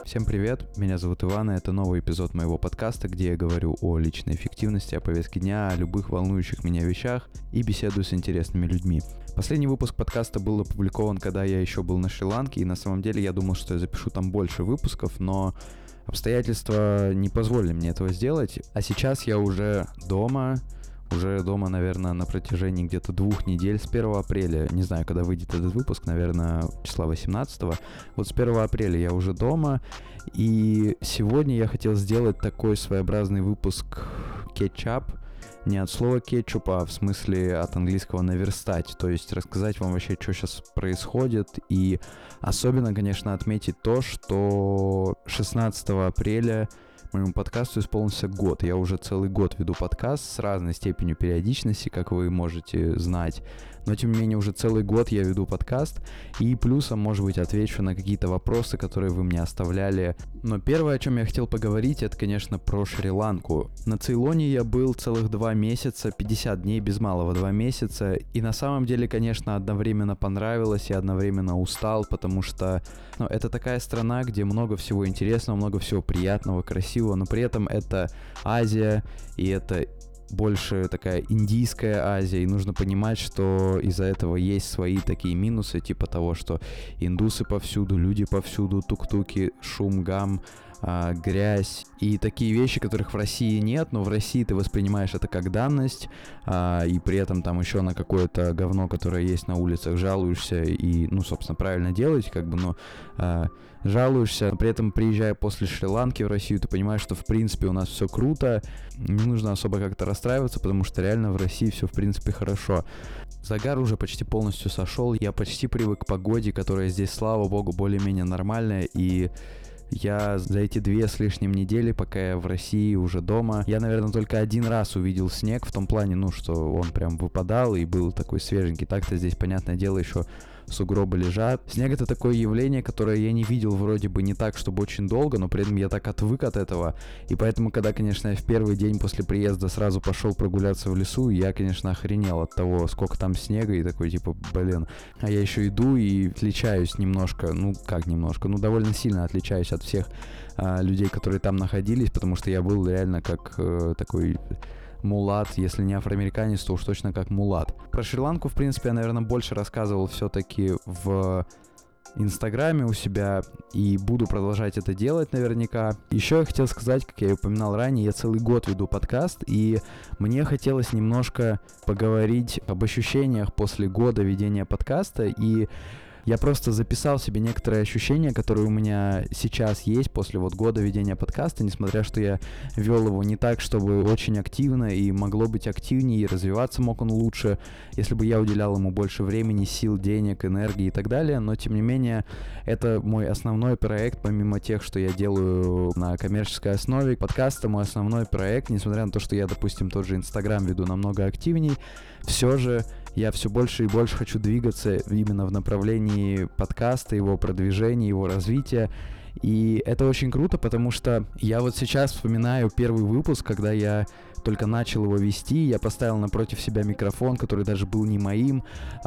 Всем привет, меня зовут Иван, и это новый эпизод моего подкаста, где я говорю о личной эффективности, о повестке дня, о любых волнующих меня вещах и беседую с интересными людьми. Последний выпуск подкаста был опубликован, когда я еще был на Шри-Ланке, и на самом деле я думал, что я запишу там больше выпусков, но обстоятельства не позволили мне этого сделать, а сейчас я уже дома, наверное, на протяжении где-то 2 недель, с 1 апреля, не знаю, когда выйдет этот выпуск, наверное, числа 18-го, вот с 1 апреля я уже дома, и сегодня я хотел сделать такой своеобразный выпуск кетчап, не от слова кетчуп, а в смысле от английского наверстать, то есть рассказать вам вообще, что сейчас происходит, и особенно, конечно, отметить то, что 16 апреля моему подкасту исполнился год. Я уже целый год веду подкаст с разной степенью периодичности, как вы можете знать. Но, тем не менее, уже целый год я веду подкаст. И плюсом, может быть, отвечу на какие-то вопросы, которые вы мне оставляли. Но первое, о чем я хотел поговорить, это, конечно, про Шри-Ланку. На Цейлоне я был целых 2 месяца, 50 дней без малого 2 месяца. И на самом деле, конечно, одновременно понравилось и одновременно устал, потому что это такая страна, где много всего интересного, много всего приятного, красивого, но при этом это Азия, и это больше такая индийская Азия, и нужно понимать, что из-за этого есть свои такие минусы, типа того, что индусы повсюду, люди повсюду, тук-туки, шум, гам, грязь и такие вещи, которых в России нет, но в России ты воспринимаешь это как данность, и при этом там еще на какое-то говно, которое есть на улицах, жалуешься и, собственно, правильно делаете, но жалуешься, при этом, приезжая после Шри-Ланки в Россию, ты понимаешь, что в принципе у нас все круто, не нужно особо как-то расстраиваться, потому что реально в России все в принципе хорошо. Загар уже почти полностью сошел, я почти привык к погоде, которая здесь, слава богу, более-менее нормальная, и я за эти 2 с лишним недели, пока я в России уже дома, я, наверное, только 1 раз увидел снег, в том плане, что он прям выпадал и был такой свеженький. Так-то здесь, понятное дело, еще сугробы лежат. Снег — это такое явление, которое я не видел вроде бы не так, чтобы очень долго, но при этом я так отвык от этого. И поэтому, когда, конечно, я в первый день после приезда сразу пошел прогуляться в лесу, я, конечно, охренел от того, сколько там снега, и такой, а я еще иду и отличаюсь немножко, довольно сильно отличаюсь от всех людей, которые там находились, потому что я был реально как такой мулат, если не афроамериканец, то уж точно как мулат. Про Шри-Ланку, в принципе, я, наверное, больше рассказывал все-таки в Инстаграме у себя, и буду продолжать это делать наверняка. Еще я хотел сказать, как я и упоминал ранее, я целый год веду подкаст, и мне хотелось немножко поговорить об ощущениях после года ведения подкаста, и я просто записал себе некоторые ощущения, которые у меня сейчас есть после года ведения подкаста, несмотря что я вел его не так, чтобы очень активно, и могло быть активнее, и развиваться мог он лучше, если бы я уделял ему больше времени, сил, денег, энергии и так далее, но тем не менее, это мой основной проект, помимо тех, что я делаю на коммерческой основе. Подкаст — это мой основной проект, несмотря на то, что я, допустим, тот же Инстаграм веду намного активней, все же я все больше и больше хочу двигаться именно в направлении подкаста, его продвижения, его развития. И это очень круто, потому что я сейчас вспоминаю первый выпуск, когда я только начал его вести, я поставил напротив себя микрофон, который даже был не моим,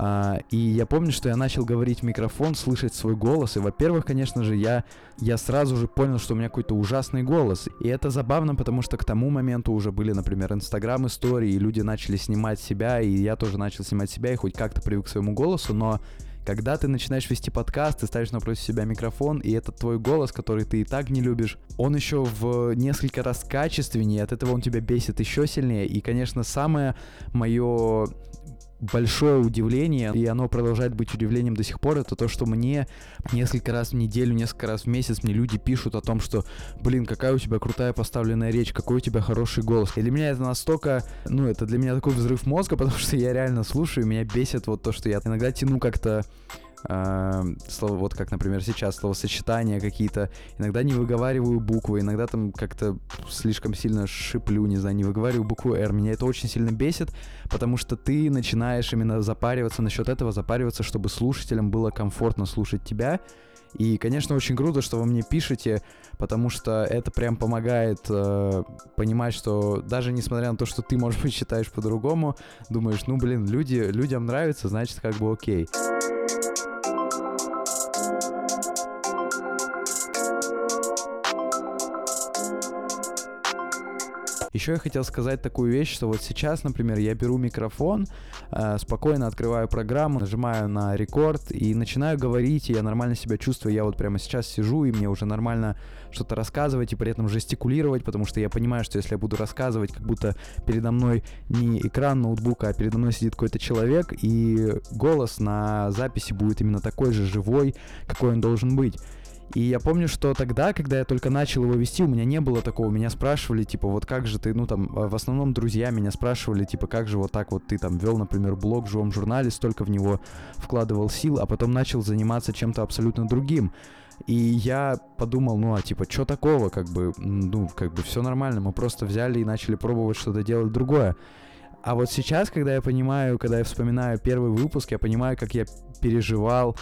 и я помню, что я начал говорить в микрофон, слышать свой голос, и, во-первых, конечно же, я сразу же понял, что у меня какой-то ужасный голос, и это забавно, потому что к тому моменту уже были, например, Инстаграм-истории, и люди начали снимать себя, и я тоже начал снимать себя, и хоть как-то привык к своему голосу, но когда ты начинаешь вести подкаст, ты ставишь напротив себя микрофон, и этот твой голос, который ты и так не любишь, он еще в несколько раз качественнее, от этого он тебя бесит еще сильнее. И, конечно, самое мое большое удивление, и оно продолжает быть удивлением до сих пор, это то, что мне несколько раз в неделю, несколько раз в месяц мне люди пишут о том, что, какая у тебя крутая поставленная речь, какой у тебя хороший голос. И для меня это настолько, это для меня такой взрыв мозга, потому что я реально слушаю, меня бесит то, что я иногда тяну как-то слова, как, например, сейчас, словосочетания какие-то, иногда не выговариваю буквы, иногда там как-то слишком сильно шиплю, не выговариваю букву R, меня это очень сильно бесит, потому что ты начинаешь именно запариваться насчет этого, чтобы слушателям было комфортно слушать тебя, и, конечно, очень круто, что вы мне пишете, потому что это прям помогает понимать, что даже несмотря на то, что ты, может быть, считаешь по-другому, думаешь, людям нравится, значит, окей. Еще я хотел сказать такую вещь, что вот сейчас, например, я беру микрофон, спокойно открываю программу, нажимаю на рекорд и начинаю говорить, и я нормально себя чувствую. Я вот прямо сейчас сижу, и мне уже нормально что-то рассказывать и при этом жестикулировать, потому что я понимаю, что если я буду рассказывать, как будто передо мной не экран ноутбука, а передо мной сидит какой-то человек, и голос на записи будет именно такой же живой, какой он должен быть. И я помню, что тогда, когда я только начал его вести, у меня не было такого. Меня спрашивали, типа, вот как же ты, в основном друзья меня спрашивали, типа, как же вот так вот ты там вел, например, блог в живом журнале, столько в него вкладывал сил, а потом начал заниматься чем-то абсолютно другим. И я подумал, что такого, все нормально, мы просто взяли и начали пробовать что-то делать другое. А вот сейчас, когда я вспоминаю первый выпуск, я понимаю, как я переживал,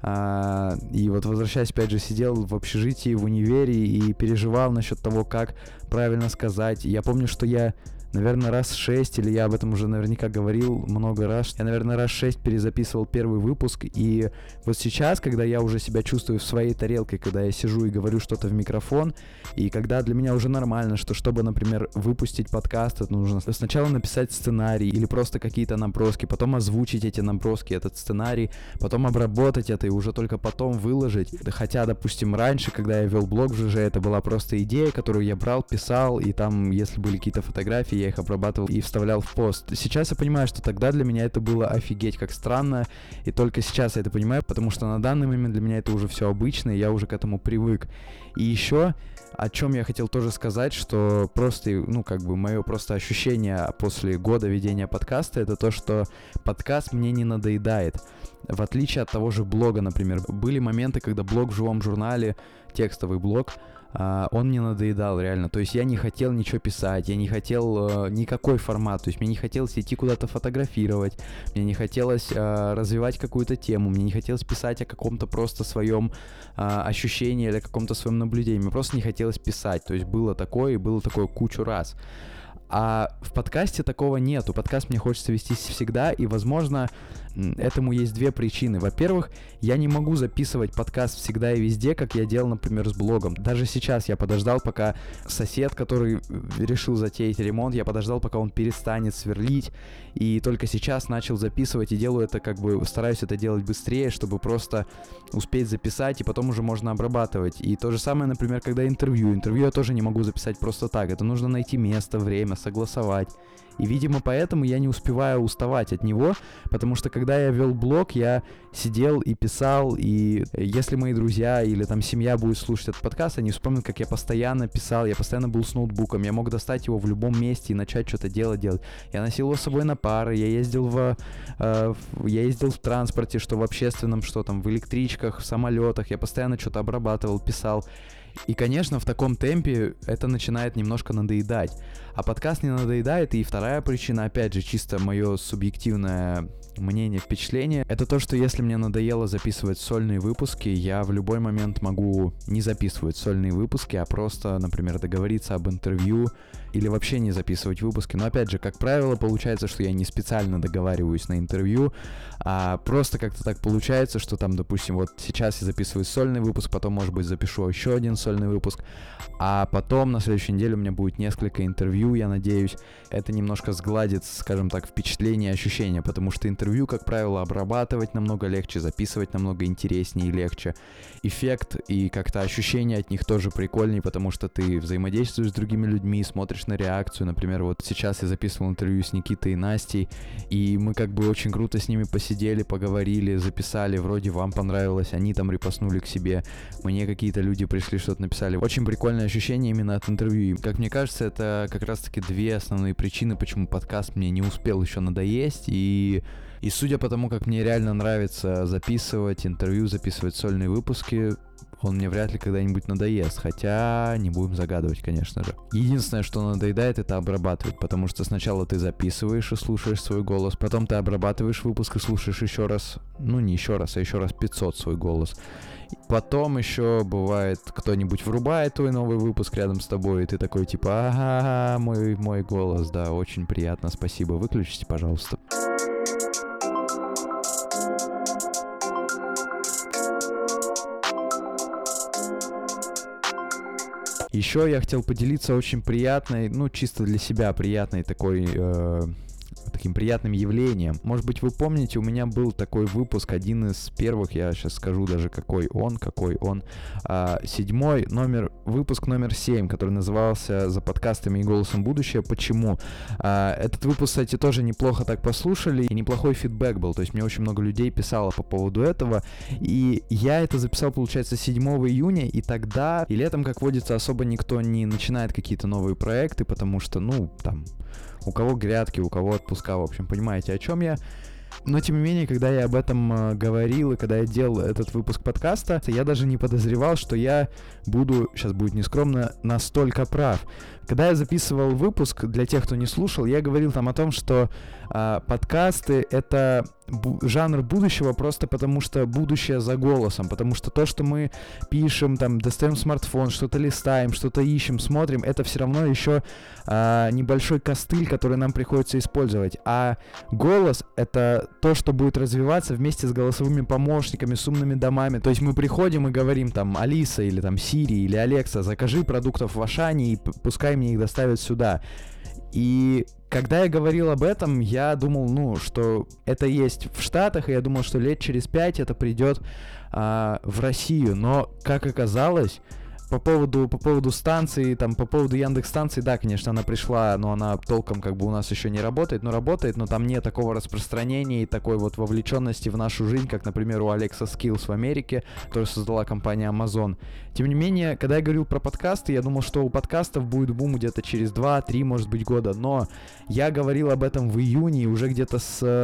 и вот возвращаясь, опять же, сидел в общежитии, в универе и переживал насчет того, как правильно сказать. Я помню, что я, наверное, раз 6, или я об этом уже наверняка говорил много раз, я, наверное, раз 6 перезаписывал первый выпуск, и вот сейчас, когда я уже себя чувствую в своей тарелке, когда я сижу и говорю что-то в микрофон, и когда для меня уже нормально, что чтобы, например, выпустить подкаст, это нужно сначала написать сценарий или просто какие-то наброски, потом озвучить эти наброски, этот сценарий, потом обработать это и уже только потом выложить. Хотя, допустим, раньше, когда я вел блог в ЖЖ, это была просто идея, которую я брал, писал, и там, если были какие-то фотографии, я их обрабатывал и вставлял в пост. Сейчас я понимаю, что тогда для меня это было офигеть как странно, и только сейчас я это понимаю, потому что на данный момент для меня это уже все обычно, и я уже к этому привык. И еще, о чем я хотел тоже сказать, что просто, мое просто ощущение после года ведения подкаста, это то, что подкаст мне не надоедает. В отличие от того же блога, например, были моменты, когда блог в живом журнале, текстовый блог, он мне надоедал реально, то есть я не хотел ничего писать, я не хотел никакой формат, то есть мне не хотелось идти куда-то фотографировать, мне не хотелось развивать какую-то тему, мне не хотелось писать о каком-то просто своем ощущении или о каком-то своем наблюдении, мне просто не хотелось писать, то есть было такое кучу раз. А в подкасте такого нету. Подкаст мне хочется вести всегда, и, возможно, этому есть две причины. Во-первых, я не могу записывать подкаст всегда и везде, как я делал, например, с блогом. Даже сейчас я подождал, пока сосед, который решил затеять ремонт, я подождал, пока он перестанет сверлить, и только сейчас начал записывать, и делаю это стараюсь это делать быстрее, чтобы просто успеть записать, и потом уже можно обрабатывать. И то же самое, например, когда интервью я тоже не могу записать просто так. Это нужно найти место, время, согласовать. И, видимо, поэтому я не успеваю уставать от него, потому что, когда я вел блог, я сидел и писал, и если мои друзья или там семья будет слушать этот подкаст, они вспомнят, как я постоянно писал, я постоянно был с ноутбуком, я мог достать его в любом месте и начать что-то делать. Я носил его с собой на пары, я ездил в транспорте, что в общественном, что там в электричках, в самолетах, я постоянно что-то обрабатывал, писал. И, конечно, в таком темпе это начинает немножко надоедать. А подкаст не надоедает, и вторая причина, опять же, чисто мое субъективное мнение, впечатление, это то, что если мне надоело записывать сольные выпуски, я в любой момент могу не записывать сольные выпуски, а просто, например, договориться об интервью или вообще не записывать выпуски. Но опять же, как правило, получается, что я не специально договариваюсь на интервью, а просто как-то так получается, что там, допустим, вот сейчас я записываю сольный выпуск, потом, может быть, запишу еще один сольный выпуск, а потом на следующей неделе у меня будет несколько интервью, я надеюсь. Это немножко сгладит, скажем так, впечатление, ощущения, потому что интервью, как правило, обрабатывать намного легче, записывать намного интереснее и легче. Эффект и как-то ощущения от них тоже прикольнее, потому что ты взаимодействуешь с другими людьми, смотришь на реакцию. Например, вот сейчас я записывал интервью с Никитой и Настей, и мы очень круто с ними посидели, поговорили, записали, вроде вам понравилось, они там репостнули к себе, мне какие-то люди пришли, что-то написали. Очень прикольное ощущение именно от интервью. И, как мне кажется, это как раз-таки две основные причины, почему подкаст мне не успел еще надоесть, и судя по тому, как мне реально нравится записывать интервью, записывать сольные выпуски, он мне вряд ли когда-нибудь надоест, хотя не будем загадывать, конечно же. Единственное, что надоедает, это обрабатывать, потому что сначала ты записываешь и слушаешь свой голос, потом ты обрабатываешь выпуск и слушаешь еще раз, не еще раз, а еще раз 500 свой голос. Потом еще бывает, кто-нибудь врубает твой новый выпуск рядом с тобой, и ты такой типа, ага, мой голос, да, очень приятно, спасибо, выключите, пожалуйста. Еще я хотел поделиться очень приятной, чисто для себя приятной таким приятным явлением. Может быть, вы помните, у меня был такой выпуск, один из первых, я сейчас скажу даже какой он, 7-й, выпуск номер 7, который назывался «За подкастами и голосом будущее». Почему? Этот выпуск, кстати, тоже неплохо так послушали, и неплохой фидбэк был, то есть мне очень много людей писало по поводу этого, и я это записал, получается, 7 июня, и тогда, и летом, как водится, особо никто не начинает какие-то новые проекты, потому что, у кого грядки, у кого отпуска, в общем, понимаете, о чем я. Но, тем не менее, когда я об этом говорил и когда я делал этот выпуск подкаста, я даже не подозревал, что я буду, сейчас будет нескромно, настолько прав. Когда я записывал выпуск, для тех, кто не слушал, я говорил там о том, что подкасты — это жанр будущего просто потому, что будущее за голосом, потому что то, что мы пишем, там, достаем смартфон, что-то листаем, что-то ищем, смотрим, это все равно еще небольшой костыль, который нам приходится использовать, а голос — это то, что будет развиваться вместе с голосовыми помощниками, с умными домами, то есть мы приходим и говорим там: Алиса или там Сири или Алекса, закажи продуктов в Ашане и пускай мне их доставят сюда. И когда я говорил об этом, я думал, что это есть в Штатах, и я думал, что лет через 5 это придет в Россию. Но, как оказалось, по поводу станции, по поводу Яндекс.Станции, да, конечно, она пришла, но она толком у нас еще не работает, но там нет такого распространения и такой вот вовлеченности в нашу жизнь, как, например, у Alexa Skills в Америке, которую создала компания Amazon. Тем не менее, когда я говорил про подкасты, я думал, что у подкастов будет бум где-то через 2-3, может быть, года, но я говорил об этом в июне, и уже где-то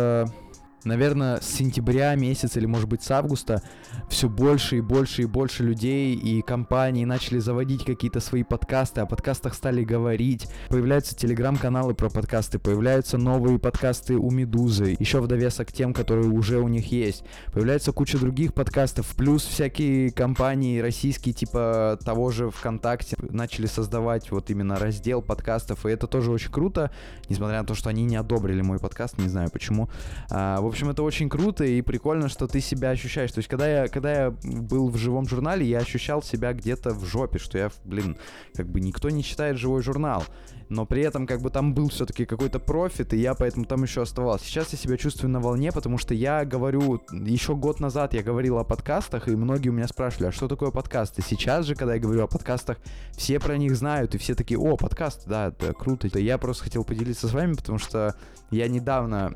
наверное, с сентября месяца или, может быть, с августа все больше и больше и больше людей и компаний начали заводить какие-то свои подкасты, о подкастах стали говорить. Появляются телеграм-каналы про подкасты, появляются новые подкасты у Медузы, еще в довесок к тем, которые уже у них есть. Появляется куча других подкастов, плюс всякие компании российские, типа того же ВКонтакте, начали создавать вот именно раздел подкастов, и это тоже очень круто, несмотря на то, что они не одобрили мой подкаст, не знаю почему. В общем, это очень круто и прикольно, что ты себя ощущаешь. То есть, когда я был в живом журнале, я ощущал себя где-то в жопе, что я, никто не читает живой журнал. Но при этом, там был все-таки какой-то профит, и я поэтому там еще оставался. Сейчас я себя чувствую на волне, потому что я говорю, еще год назад я говорил о подкастах, и многие у меня спрашивали, а что такое подкасты? Сейчас же, когда я говорю о подкастах, все про них знают, и все такие: о, подкасты, да, это круто. Я просто хотел поделиться с вами, потому что я недавно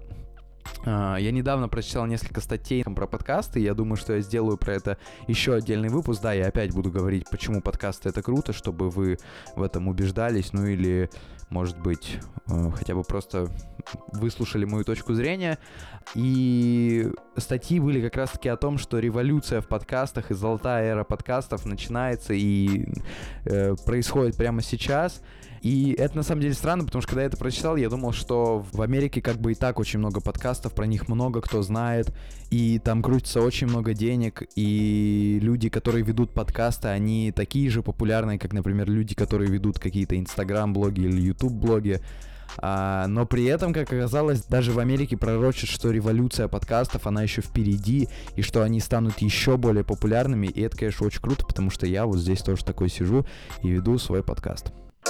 прочитал несколько статей про подкасты, и я думаю, что я сделаю про это еще отдельный выпуск. Да, я опять буду говорить, почему подкасты — это круто, чтобы вы в этом убеждались, или, может быть, хотя бы просто выслушали мою точку зрения. И статьи были как раз-таки о том, что революция в подкастах и золотая эра подкастов начинается и происходит прямо сейчас. И это на самом деле странно, потому что когда я это прочитал, я думал, что в Америке и так очень много подкастов, про них много кто знает, и там крутится очень много денег, и люди, которые ведут подкасты, они такие же популярные, как, например, люди, которые ведут какие-то Инстаграм-блоги или Ютуб-блоги. Но при этом, как оказалось, даже в Америке пророчат, что революция подкастов, она еще впереди, и что они станут еще более популярными, и это, конечно, очень круто, потому что я вот здесь тоже такой сижу и веду свой подкаст.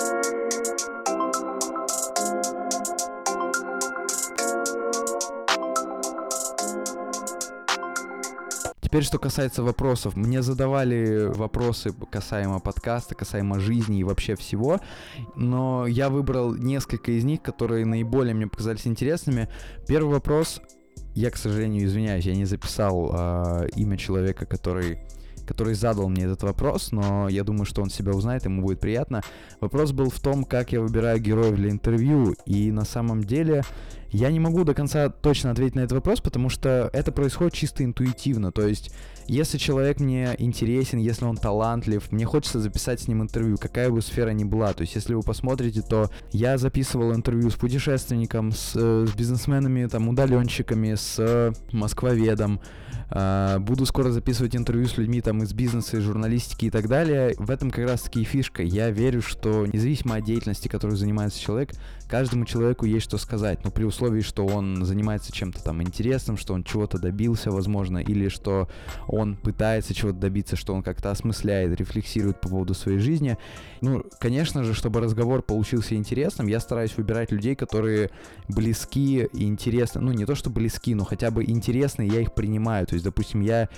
Теперь, что касается вопросов. Мне задавали вопросы касаемо подкаста, касаемо жизни и вообще всего, но я выбрал несколько из них, которые наиболее мне показались интересными. Первый вопрос, я, к сожалению, извиняюсь, я не записал имя человека, который задал мне этот вопрос, но я думаю, что он себя узнает, ему будет приятно. Вопрос был в том, как я выбираю героев для интервью, и на самом деле я не могу до конца точно ответить на этот вопрос, потому что это происходит чисто интуитивно, то есть если человек мне интересен, если он талантлив, мне хочется записать с ним интервью, какая бы сфера ни была. То есть если вы посмотрите, то я записывал интервью с путешественником, с бизнесменами, удаленщиками, с москвоведом, Буду скоро записывать интервью с людьми там из бизнеса, из журналистики и так далее. В этом как раз-таки и фишка. Я верю, что независимо от деятельности, которой занимается человек, каждому человеку есть что сказать. Но при условии, что он занимается чем-то там интересным, что он чего-то добился, возможно, или что он пытается чего-то добиться, что он как-то осмысляет, рефлексирует по поводу своей жизни. Ну, конечно же, чтобы разговор получился интересным, я стараюсь выбирать людей, которые близки и интересны. Ну, не то, что близки, но хотя бы интересны, я их принимаю. То есть, допустим, я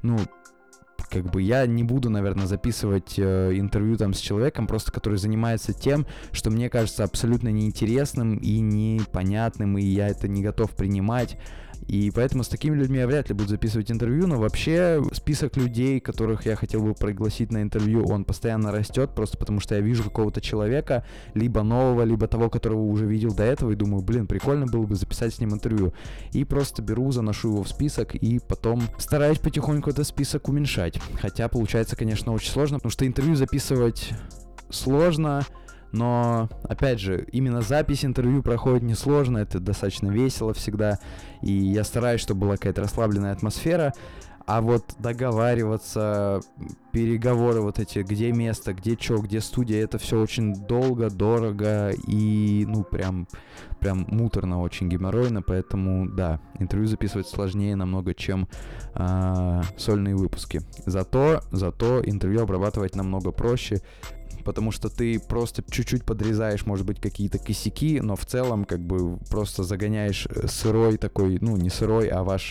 не буду, наверное, записывать интервью там с человеком, просто который занимается тем, что мне кажется абсолютно неинтересным и непонятным, и я это не готов принимать. И поэтому с такими людьми я вряд ли буду записывать интервью, но вообще список людей, которых я хотел бы пригласить на интервью, он постоянно растет, просто потому что я вижу какого-то человека, либо нового, либо того, которого уже видел до этого, и думаю, прикольно было бы записать с ним интервью. И просто беру, заношу его в список, и потом стараюсь потихоньку этот список уменьшать. Хотя получается, конечно, очень сложно, потому что интервью записывать сложно. Но, опять же, именно запись интервью проходит несложно, это достаточно весело всегда, и я стараюсь, чтобы была какая-то расслабленная атмосфера, а вот договариваться, переговоры вот эти, где место, где что, где студия, это все очень долго, дорого и, прям муторно, очень геморройно, поэтому, да, интервью записывать сложнее намного, чем сольные выпуски. Зато интервью обрабатывать намного проще, потому что ты просто чуть-чуть подрезаешь, может быть, какие-то косяки, но в целом просто загоняешь сырой такой, не сырой, а ваш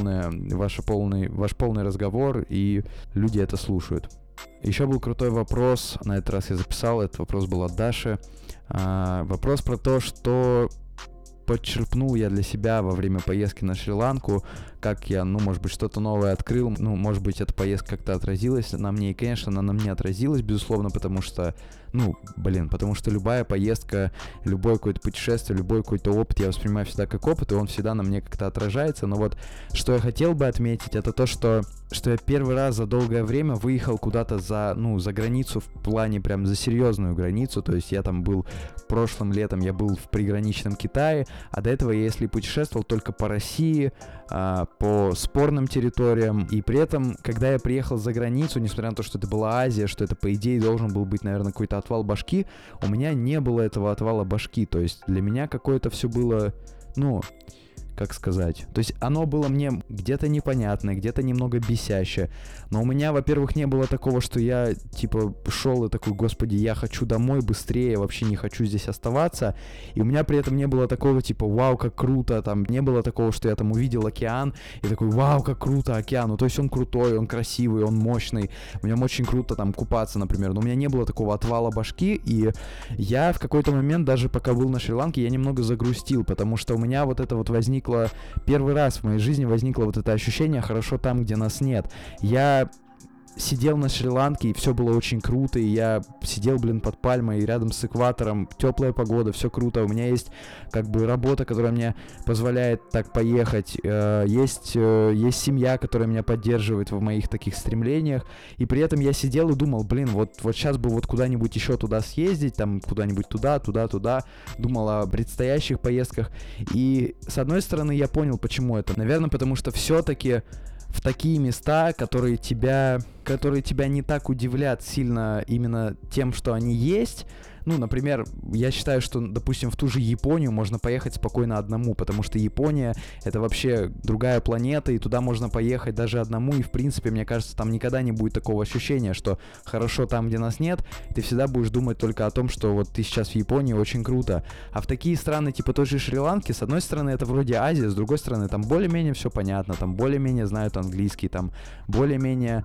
полный разговор, и люди это слушают. Еще был крутой вопрос, на этот раз я записал, этот вопрос был от Даши. Вопрос про то, что подчерпнул я для себя во время поездки на Шри-Ланку, как я, может быть, что-то новое открыл, может быть, эта поездка как-то отразилась на мне, и, конечно, она на мне отразилась, безусловно, потому что любая поездка, любое какое-то путешествие, любой какой-то опыт я воспринимаю всегда как опыт, и он всегда на мне как-то отражается, но вот, что я хотел бы отметить, это то, что я первый раз за долгое время выехал куда-то за границу, в плане прям за серьезную границу, то есть я там был прошлым летом, я был в приграничном Китае, а до этого я, если путешествовал, только по России, по спорным территориям, и при этом, когда я приехал за границу, несмотря на то, что это была Азия, что это, по идее, должен был быть, наверное, какой-то отвал башки, у меня не было этого отвала башки, то есть для меня какое-то все было, как сказать, то есть оно было мне где-то непонятное, где-то немного бесящее, но у меня, во-первых, не было такого, что я, шел и такой, господи, я хочу домой быстрее, вообще не хочу здесь оставаться, и у меня при этом не было такого, вау, как круто, там, не было такого, что я там увидел океан, и такой, вау, как круто, океан, то есть он крутой, он красивый, он мощный, в нем очень круто там купаться, например, но у меня не было такого отвала башки, и я в какой-то момент, даже пока был на Шри-Ланке, я немного загрустил, потому что у меня вот это вот возникло, первый раз в моей жизни возникло вот это ощущение «хорошо там, где нас нет». Я сидел на Шри-Ланке, и все было очень круто, и я сидел, под пальмой, рядом с экватором, теплая погода, все круто, у меня есть, работа, которая мне позволяет так поехать, есть семья, которая меня поддерживает в моих таких стремлениях, и при этом я сидел и думал, вот сейчас бы вот куда-нибудь еще туда съездить, там, куда-нибудь туда, думал о предстоящих поездках, и, с одной стороны, я понял, почему это, наверное, потому что все-таки в такие места, которые тебя не так удивлят сильно именно тем, что они есть. Например, я считаю, что, допустим, в ту же Японию можно поехать спокойно одному, потому что Япония — это вообще другая планета, и туда можно поехать даже одному, и, в принципе, мне кажется, там никогда не будет такого ощущения, что хорошо там, где нас нет, ты всегда будешь думать только о том, что вот ты сейчас в Японии, очень круто. А в такие страны, типа той же Шри-Ланки, с одной стороны, это вроде Азия, с другой стороны, там более-менее все понятно, там более-менее знают английский, там более-менее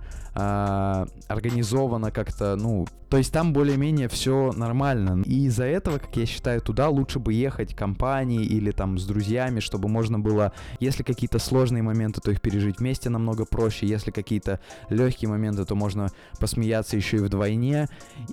организовано как-то, то есть там более-менее все нормально. И из-за этого, как я считаю, туда лучше бы ехать компанией или там с друзьями, чтобы можно было, если какие-то сложные моменты, то их пережить вместе намного проще, если какие-то легкие моменты, то можно посмеяться еще и вдвойне.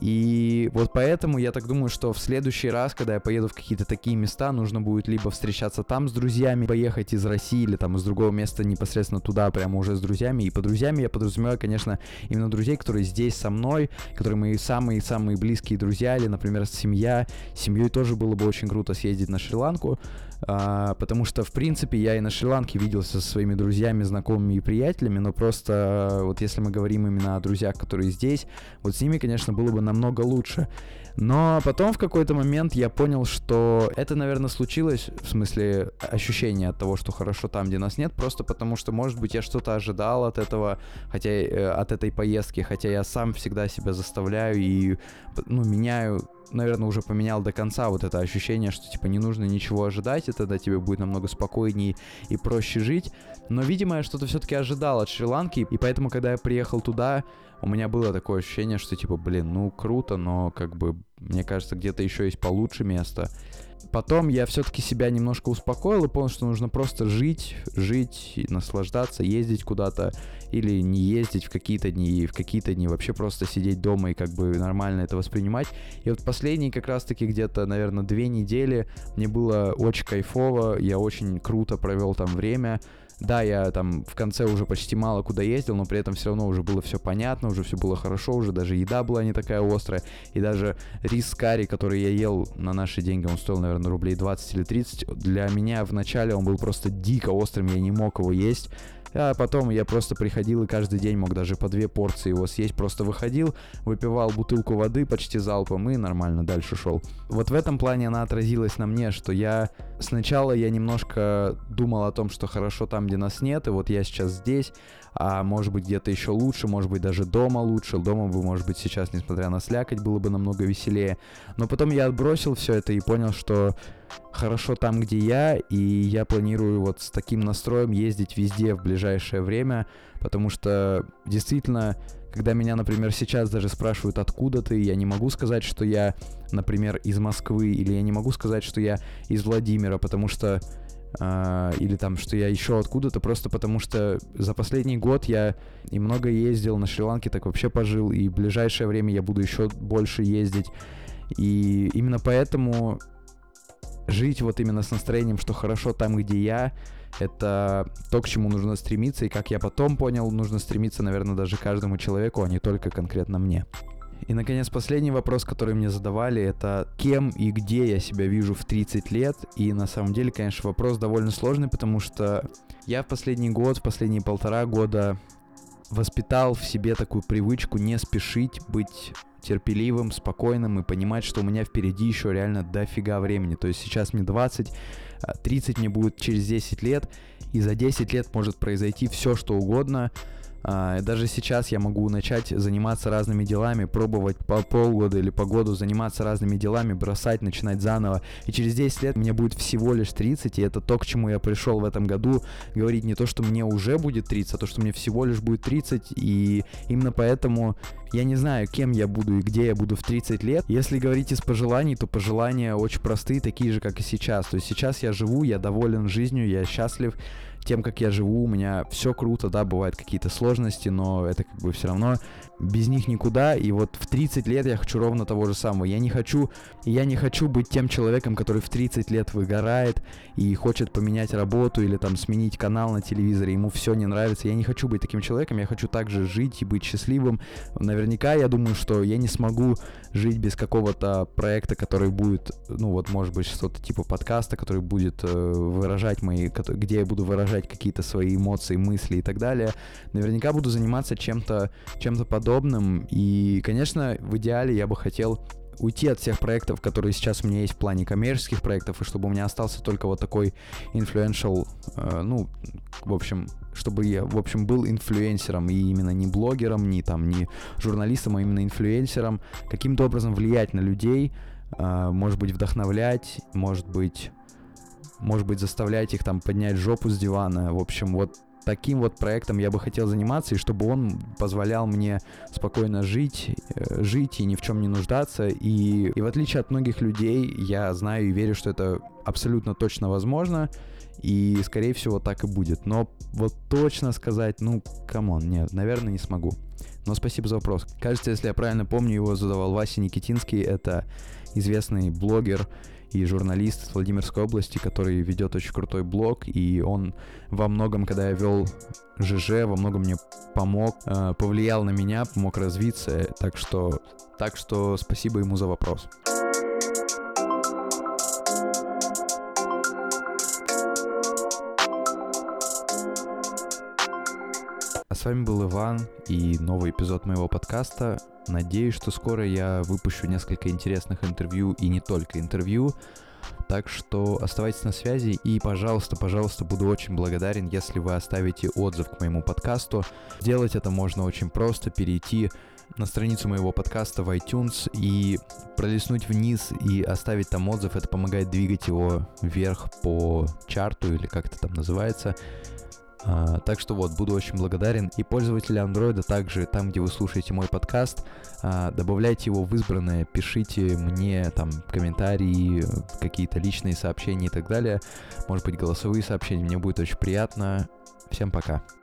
И вот поэтому я так думаю, что в следующий раз, когда я поеду в какие-то такие места, нужно будет либо встречаться там с друзьями, поехать из России или там из другого места непосредственно туда, прямо уже с друзьями. И по друзьями я подразумеваю, конечно, именно друзей, которые здесь со мной, которые мои самые-самые близкие друзья, или, например, семья. С семьей тоже было бы очень круто съездить на Шри-Ланку, потому что, в принципе, я и на Шри-Ланке виделся со своими друзьями, знакомыми и приятелями, но просто вот если мы говорим именно о друзьях, которые здесь, вот с ними, конечно, было бы намного лучше. Но потом в какой-то момент я понял, что это, наверное, случилось, в смысле ощущение от того, что хорошо там, где нас нет, просто потому что, может быть, я что-то ожидал от этого, хотя от этой поездки, хотя я сам всегда себя заставляю и, меняю, наверное, уже поменял до конца вот это ощущение, что, типа, не нужно ничего ожидать, и тогда тебе будет намного спокойнее и проще жить. Но, видимо, я что-то все-таки ожидал от Шри-Ланки, и поэтому, когда я приехал туда, у меня было такое ощущение, что, типа, круто, но, как бы, мне кажется, где-то еще есть получше место. Потом я все-таки себя немножко успокоил и понял, что нужно просто жить, наслаждаться, ездить куда-то или не ездить в какие-то дни вообще просто сидеть дома и как бы нормально это воспринимать. И вот последние как раз-таки где-то, наверное, 2 недели мне было очень кайфово, я очень круто провел там время. Да, я там в конце уже почти мало куда ездил, но при этом все равно уже было все понятно, уже все было хорошо, уже даже еда была не такая острая, и даже рис с карри, который я ел на наши деньги, он стоил, наверное, рублей 20 или 30, для меня вначале он был просто дико острым, я не мог его есть. А потом я просто приходил и каждый день мог даже по 2 порции его съесть. Просто выходил, выпивал бутылку воды почти залпом и нормально дальше шел. Вот в этом плане она отразилась на мне, что сначала я немножко думал о том, что хорошо там, где нас нет, и вот я сейчас здесь, а может быть где-то еще лучше, может быть даже дома лучше. Дома бы, может быть, сейчас, несмотря на слякоть, было бы намного веселее. Но потом я отбросил все это и понял, что хорошо там, где я, и я планирую вот с таким настроем ездить везде в ближайшее время, потому что действительно, когда меня, например, сейчас даже спрашивают, откуда ты, я не могу сказать, что я, например, из Москвы, или я не могу сказать, что я из Владимира, потому что или там, что я еще откуда-то, просто потому что за последний год я и много ездил на Шри-Ланке, так вообще пожил, и в ближайшее время я буду еще больше ездить, и именно поэтому жить вот именно с настроением, что хорошо там, где я, это то, к чему нужно стремиться, и как я потом понял, нужно стремиться, наверное, даже каждому человеку, а не только конкретно мне. И, наконец, последний вопрос, который мне задавали, это кем и где я себя вижу в 30 лет. И на самом деле, конечно, вопрос довольно сложный, потому что я в последние 1.5 года воспитал в себе такую привычку не спешить, быть терпеливым, спокойным и понимать, что у меня впереди еще реально дофига времени. То есть сейчас мне 20, 30 мне будет через 10 лет, и за 10 лет может произойти все, что угодно. Даже сейчас я могу начать заниматься разными делами, пробовать по полгода или по году заниматься разными делами, бросать, начинать заново. И через 10 лет мне будет всего лишь 30, и это то, к чему я пришел в этом году. Говорить не то, что мне уже будет 30, а то, что мне всего лишь будет 30. И именно поэтому я не знаю, кем я буду и где я буду в 30 лет. Если говорить из пожеланий, то пожелания очень простые, такие же, как и сейчас. То есть сейчас я живу, я доволен жизнью, я счастлив тем, как я живу, у меня все круто, да, бывают какие-то сложности, но это как бы все равно без них никуда, и вот в 30 лет я хочу ровно того же самого. Я не хочу быть тем человеком, который в 30 лет выгорает и хочет поменять работу или там сменить канал на телевизоре, ему все не нравится. Я не хочу быть таким человеком, я хочу также жить и быть счастливым. Наверняка я думаю, что я не смогу жить без какого-то проекта, который будет, может быть, что-то типа подкаста, который будет выражать где я буду выражать какие-то свои эмоции, мысли и так далее. Наверняка буду заниматься чем-то подобным. И, конечно, в идеале я бы хотел уйти от всех проектов, которые сейчас у меня есть в плане коммерческих проектов, и чтобы у меня остался только вот такой influential, чтобы я, был инфлюенсером, и именно не блогером, не журналистом, а именно инфлюенсером, каким-то образом влиять на людей, может быть, вдохновлять, может быть, заставлять их там поднять жопу с дивана. В общем, вот таким вот проектом я бы хотел заниматься, и чтобы он позволял мне спокойно жить и ни в чем не нуждаться. И в отличие от многих людей, я знаю и верю, что это абсолютно точно возможно, и, скорее всего, так и будет. Но вот точно сказать, нет, наверное, не смогу. Но спасибо за вопрос. Кажется, если я правильно помню, его задавал Вася Никитинский, это известный блогер и журналист из Владимирской области, который ведет очень крутой блог, и он во многом, когда я вел ЖЖ, во многом мне помог, повлиял на меня, помог развиться, так что спасибо ему за вопрос. А с вами был Иван и новый эпизод моего подкаста. Надеюсь, что скоро я выпущу несколько интересных интервью и не только интервью. Так что оставайтесь на связи и, пожалуйста, буду очень благодарен, если вы оставите отзыв к моему подкасту. Сделать это можно очень просто, перейти на страницу моего подкаста в iTunes и пролистнуть вниз и оставить там отзыв. Это помогает двигать его вверх по чарту или как это там называется. Так что буду очень благодарен. И пользователи Android также, там, где вы слушаете мой подкаст, добавляйте его в избранное, пишите мне там комментарии, какие-то личные сообщения и так далее. Может быть, голосовые сообщения, мне будет очень приятно. Всем пока.